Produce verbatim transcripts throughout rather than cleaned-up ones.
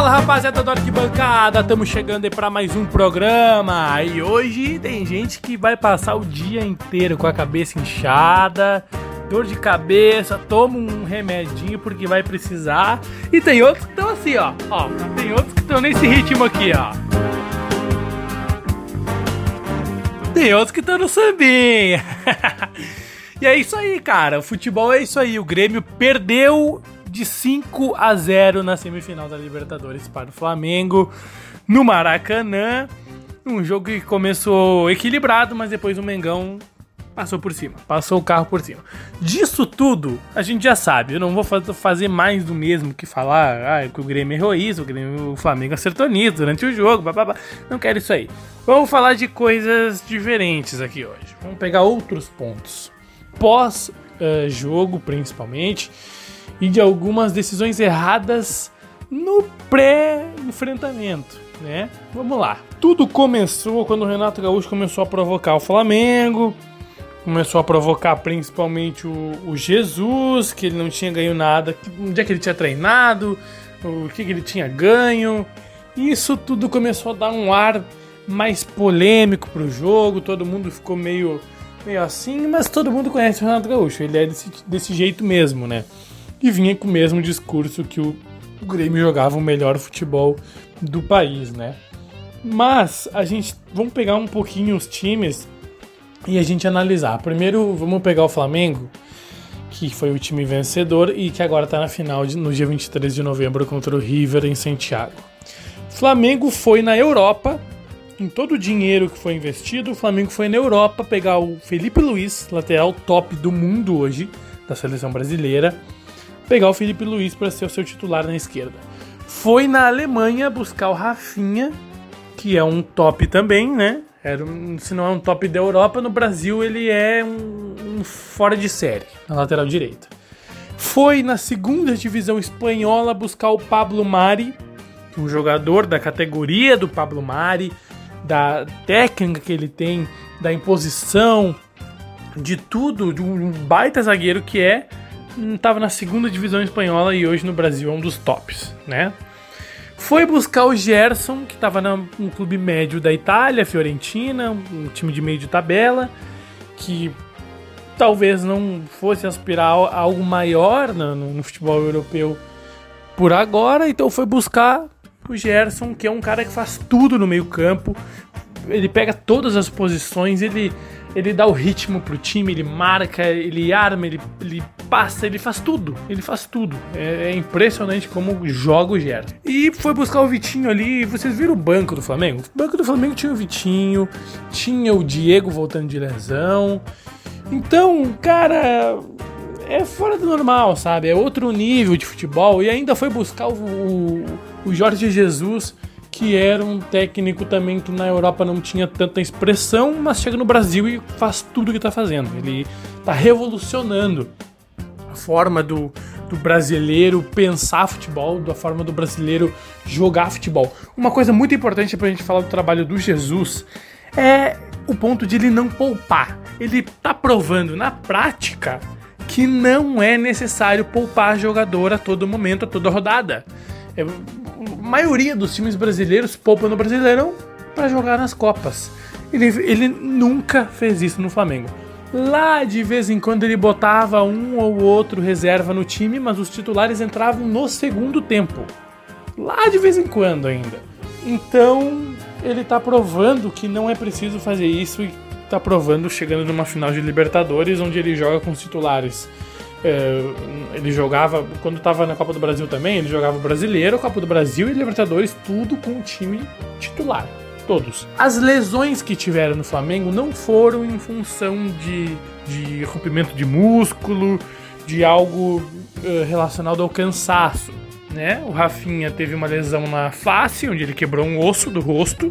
Fala, rapaziada da Arquibancada, estamos chegando aí para mais um programa. E hoje tem gente que vai passar o dia inteiro com a cabeça inchada, dor de cabeça, toma um remedinho porque vai precisar. E tem outros que estão assim, ó, ó, tem outros que estão nesse ritmo aqui, ó. Tem outros que estão no sambinha. E é isso aí, cara, o futebol é isso aí. O Grêmio perdeu de cinco a zero na semifinal da Libertadores para o Flamengo no Maracanã. Um jogo que começou equilibrado, mas depois o Mengão passou por cima, passou o carro por cima. Disso tudo, a gente já sabe. Eu não vou fazer mais do mesmo que falar ah, que o Grêmio errou isso, o, Grêmio, o Flamengo acertou nisso durante o jogo, blá, blá, blá. Não quero isso aí. Vamos falar de coisas diferentes aqui hoje. Vamos pegar outros pontos. Pós-jogo, uh, principalmente, e de algumas decisões erradas no pré-enfrentamento, né? Vamos lá. Tudo começou quando o Renato Gaúcho começou a provocar o Flamengo, começou a provocar principalmente o, o Jesus, que ele não tinha ganho nada, onde é que ele tinha treinado, o que, que ele tinha ganho. Isso tudo começou a dar um ar mais polêmico pro jogo, todo mundo ficou meio, meio assim, mas todo mundo conhece o Renato Gaúcho, ele é desse, desse jeito mesmo, né? E vinha com o mesmo discurso que o, o Grêmio jogava o melhor futebol do país, né? Mas a gente, vamos pegar um pouquinho os times e a gente analisar. Primeiro vamos pegar o Flamengo, que foi o time vencedor e que agora está na final de, no dia vinte e três de novembro contra o River em Santiago. Flamengo foi na Europa, em todo o dinheiro que foi investido, o Flamengo foi na Europa pegar o Felipe Luiz, lateral top do mundo hoje, da seleção brasileira, pegar o Felipe Luiz para ser o seu titular na esquerda. Foi na Alemanha buscar o Rafinha, que é um top também, né? Era um, se não é um top da Europa, no Brasil ele é um, um fora de série, na lateral direita. Foi na segunda divisão espanhola buscar o Pablo Mari, um jogador da categoria do Pablo Mari, da técnica que ele tem, da imposição, de tudo, de um baita zagueiro que é. Estava na segunda divisão espanhola e hoje no Brasil é um dos tops, né? Foi buscar o Gerson, que estava num clube médio da Itália, Fiorentina, um time de meio de tabela, que talvez não fosse aspirar a algo maior no, no futebol europeu por agora, então foi buscar o Gerson, que é um cara que faz tudo no meio campo, ele pega todas as posições, ele... Ele dá o ritmo pro time, ele marca, ele arma, ele, ele passa, ele faz tudo. Ele faz tudo. É, é impressionante como joga o Gerson. E foi buscar o Vitinho ali. Vocês viram o banco do Flamengo? O banco do Flamengo tinha o Vitinho, tinha o Diego voltando de lesão. Então, cara, é fora do normal, sabe? É outro nível de futebol. E ainda foi buscar o, o, o Jorge Jesus, que era um técnico também que na Europa não tinha tanta expressão, mas chega no Brasil e faz tudo o que está fazendo. Ele está revolucionando a forma do, do brasileiro pensar futebol, da forma do brasileiro jogar futebol. Uma coisa muito importante para a gente falar do trabalho do Jesus é o ponto de ele não poupar. Ele está provando na prática que não é necessário poupar jogador a todo momento, a toda rodada. É, a maioria dos times brasileiros poupa no Brasileirão para jogar nas Copas. Ele, ele nunca fez isso no Flamengo. Lá de vez em quando ele botava um ou outro reserva no time, mas os titulares entravam no segundo tempo. Lá de vez em quando ainda. Então ele tá provando que não é preciso fazer isso e tá provando chegando numa final de Libertadores onde ele joga com os titulares. Ele jogava, quando estava na Copa do Brasil também, ele jogava o Brasileiro, Copa do Brasil e Libertadores, tudo com o time titular, todos. As lesões que tiveram no Flamengo não foram em função de, de rompimento de músculo, de algo uh, relacionado ao cansaço, né? O Rafinha teve uma lesão na face, onde ele quebrou um osso do rosto.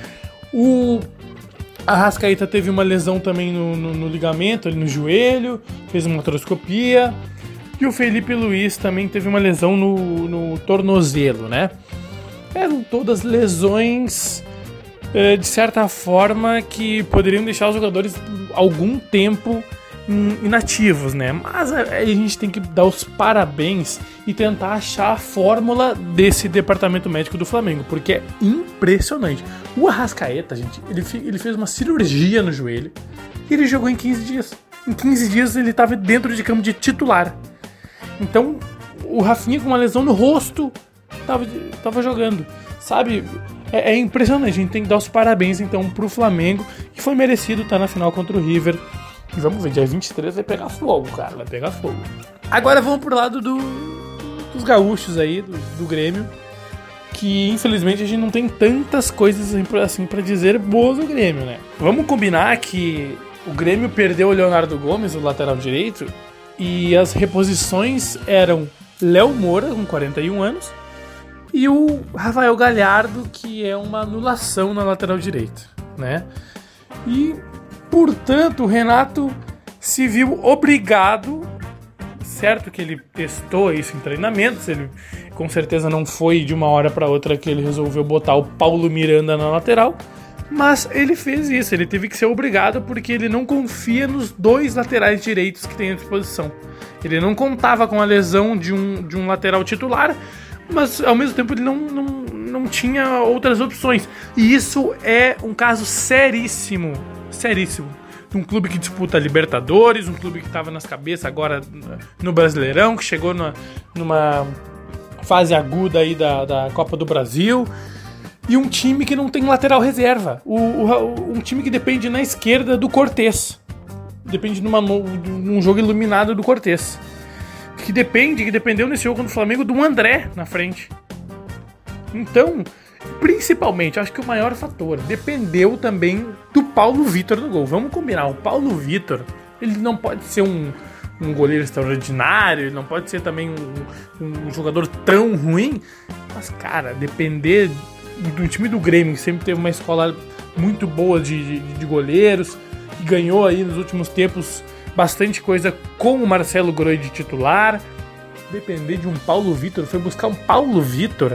O Arrascaeta teve uma lesão também no, no, no ligamento, ali no joelho, fez uma artroscopia. E o Felipe Luiz também teve uma lesão no, no tornozelo, né? Eram todas lesões, de certa forma, que poderiam deixar os jogadores algum tempo inativos, né? Mas a gente tem que dar os parabéns e tentar achar a fórmula desse departamento médico do Flamengo, porque é impressionante. O Arrascaeta, gente, ele, ele fez uma cirurgia no joelho e ele jogou em quinze dias. Em quinze dias ele estava dentro de campo de titular. Então, o Rafinha com uma lesão no rosto tava, tava jogando, sabe? É, é impressionante, a gente tem que dar os parabéns então pro Flamengo, que foi merecido estar na final contra o River. E vamos ver, dia vinte e três vai pegar fogo, cara, vai pegar fogo. Agora vamos pro lado do, dos gaúchos aí, do, do Grêmio, que infelizmente a gente não tem tantas coisas assim pra dizer boas do Grêmio, né? Vamos combinar que o Grêmio perdeu o Leonardo Gomes, o lateral direito, e as reposições eram Léo Moura, com quarenta e um anos, e o Rafael Galhardo, que é uma anulação na lateral direita, né? E, portanto, o Renato se viu obrigado, certo que ele testou isso em treinamentos, ele com certeza não foi de uma hora para outra que ele resolveu botar o Paulo Miranda na lateral, mas ele fez isso, ele teve que ser obrigado porque ele não confia nos dois laterais direitos que tem à disposição. Ele não contava com a lesão de um, de um lateral titular, mas ao mesmo tempo ele não, não, não tinha outras opções. E isso é um caso seríssimo, seríssimo. Um clube que disputa Libertadores, um clube que estava nas cabeças agora no Brasileirão, que chegou na, numa fase aguda aí da, da Copa do Brasil. E um time que não tem lateral reserva. O, o, um time que depende na esquerda do Cortez. Depende de, uma, de um jogo iluminado do Cortez. Que depende, que dependeu nesse jogo contra o Flamengo do André na frente. Então, principalmente, acho que o maior fator dependeu também do Paulo Vitor no gol. Vamos combinar, o Paulo Vitor, ele não pode ser um, um goleiro extraordinário, ele não pode ser também um, um jogador tão ruim, mas, cara, depender do time do Grêmio, que sempre teve uma escola muito boa de, de, de goleiros, que ganhou aí nos últimos tempos bastante coisa com o Marcelo Groi de titular, depender de um Paulo Vitor, foi buscar um Paulo Vitor,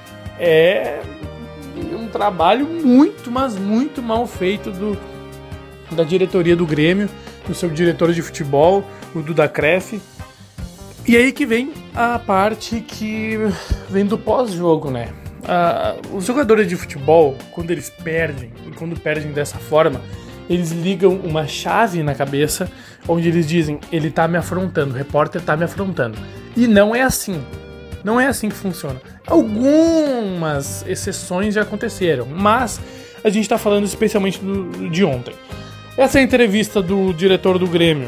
é um trabalho muito, mas muito mal feito do, da diretoria do Grêmio, do seu diretor de futebol, o Duda Cref. E aí que vem a parte que vem do pós-jogo, né? Ah, os jogadores de futebol, quando eles perdem, e quando perdem dessa forma, eles ligam uma chave na cabeça, onde eles dizem, ele tá me afrontando, o repórter tá me afrontando. E não é assim. Não é assim que funciona. Algumas exceções já aconteceram, mas a gente tá falando especialmente do, de ontem. Essa entrevista do diretor do Grêmio,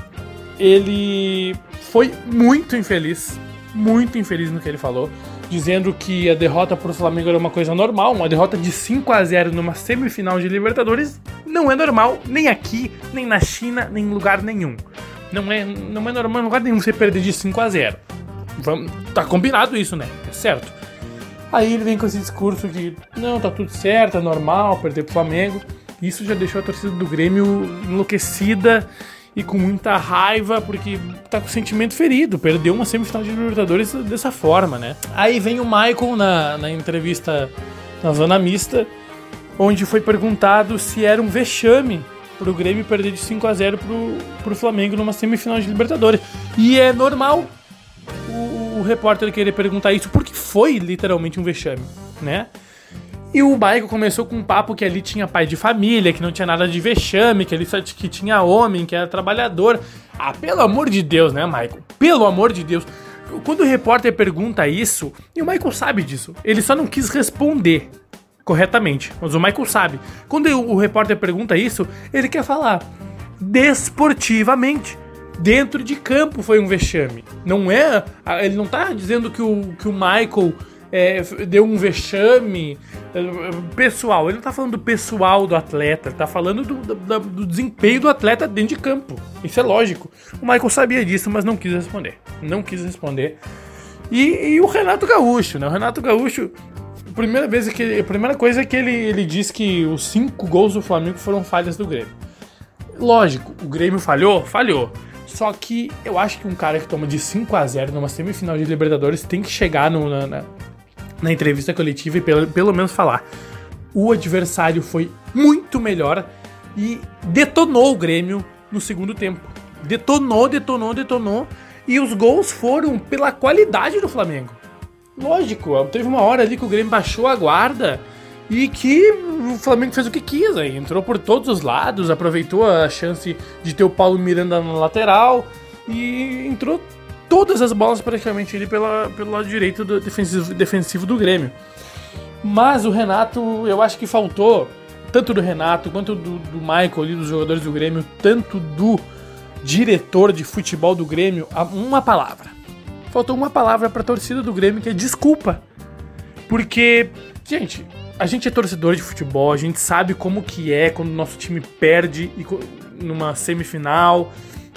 ele foi muito infeliz, muito infeliz no que ele falou, dizendo que a derrota pro Flamengo era uma coisa normal, uma derrota de cinco a zero numa semifinal de Libertadores não é normal, nem aqui, nem na China, nem em lugar nenhum. Não é, não é normal em lugar nenhum você perder de cinco a zero. Vamos, tá combinado isso, né? É certo. Aí ele vem com esse discurso de não, tá tudo certo, é normal perder pro Flamengo. Isso já deixou a torcida do Grêmio enlouquecida e com muita raiva, porque tá com o sentimento ferido, perdeu uma semifinal de Libertadores dessa forma, né? Aí vem o Michael na, na entrevista na Zona Mista, onde foi perguntado se era um vexame pro Grêmio perder de cinco a zero pro, pro Flamengo numa semifinal de Libertadores. E é normal o, o repórter querer perguntar isso, porque foi literalmente um vexame, né? E o Michael começou com um papo que ali tinha pai de família, que não tinha nada de vexame, que ali só que tinha homem, que era trabalhador. Ah, pelo amor de Deus, né, Michael? Pelo amor de Deus. Quando o repórter pergunta isso, e o Michael sabe disso, ele só não quis responder corretamente, mas o Michael sabe. Quando o repórter pergunta isso, ele quer falar desportivamente. Dentro de campo foi um vexame. Não é... Ele não tá dizendo que o, que o Michael... É, deu um vexame pessoal. Ele não tá falando do pessoal do atleta, ele tá falando do, do, do desempenho do atleta dentro de campo. Isso é lógico. O Michael sabia disso, mas não quis responder. Não quis responder. E, e o Renato Gaúcho, né? O Renato Gaúcho, a primeira, vez que ele, a primeira coisa é que ele, ele diz que os cinco gols do Flamengo foram falhas do Grêmio. Lógico, o Grêmio falhou? Falhou. Só que eu acho que um cara que toma de cinco a zero numa semifinal de Libertadores tem que chegar no, na, na na entrevista coletiva e pelo, pelo menos falar: o adversário foi muito melhor e detonou o Grêmio no segundo tempo. detonou, detonou, detonou. E os gols foram pela qualidade do Flamengo. Lógico, teve uma hora ali que o Grêmio baixou a guarda e que o Flamengo fez o que quis aí. Entrou por todos os lados, aproveitou a chance de ter o Paulo Miranda na lateral e entrou todas as bolas praticamente ali pela, pelo lado direito do defensivo, defensivo do Grêmio. Mas o Renato, eu acho que faltou, tanto do Renato quanto do, do Michael ali, dos jogadores do Grêmio, tanto do diretor de futebol do Grêmio, uma palavra. Faltou uma palavra pra torcida do Grêmio, que é desculpa. Porque, gente, a gente é torcedor de futebol, a gente sabe como que é quando o nosso time perde numa semifinal.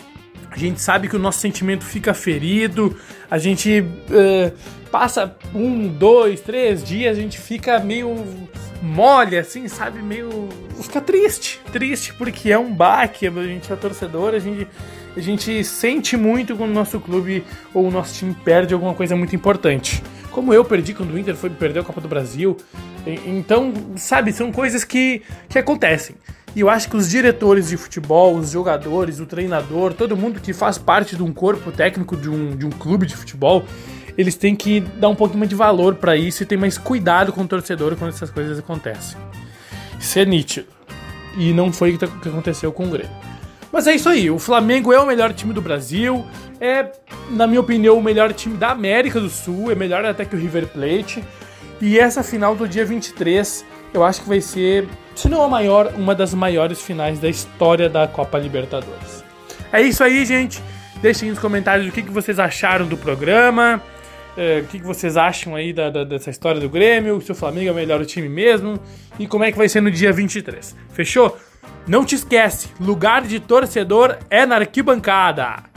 A gente sabe que o nosso sentimento fica ferido, a gente uh, passa um, dois, três dias, a gente fica meio mole, assim, sabe, meio... fica triste, triste, porque é um baque, a gente é torcedor, a gente, a gente sente muito quando o nosso clube ou o nosso time perde alguma coisa muito importante. Como eu perdi quando o Inter foi perder a Copa do Brasil. Então, sabe, são coisas que, que acontecem. E eu acho que os diretores de futebol, os jogadores, o treinador, todo mundo que faz parte de um corpo técnico de um, de um clube de futebol, eles têm que dar um pouquinho mais de valor pra isso e ter mais cuidado com o torcedor quando essas coisas acontecem. Isso é nítido. E não foi o que aconteceu com o Grêmio. Mas é isso aí, o Flamengo é o melhor time do Brasil, é, na minha opinião, o melhor time da América do Sul, é melhor até que o River Plate. E essa final do dia vinte e três, eu acho que vai ser, se não a maior, uma das maiores finais da história da Copa Libertadores. É isso aí, gente. Deixem nos comentários o que vocês acharam do programa, é, o que vocês acham aí da, da, dessa história do Grêmio, se o Flamengo é o melhor time mesmo, e como é que vai ser no dia vinte e três. Fechou? Não te esquece, lugar de torcedor é na arquibancada.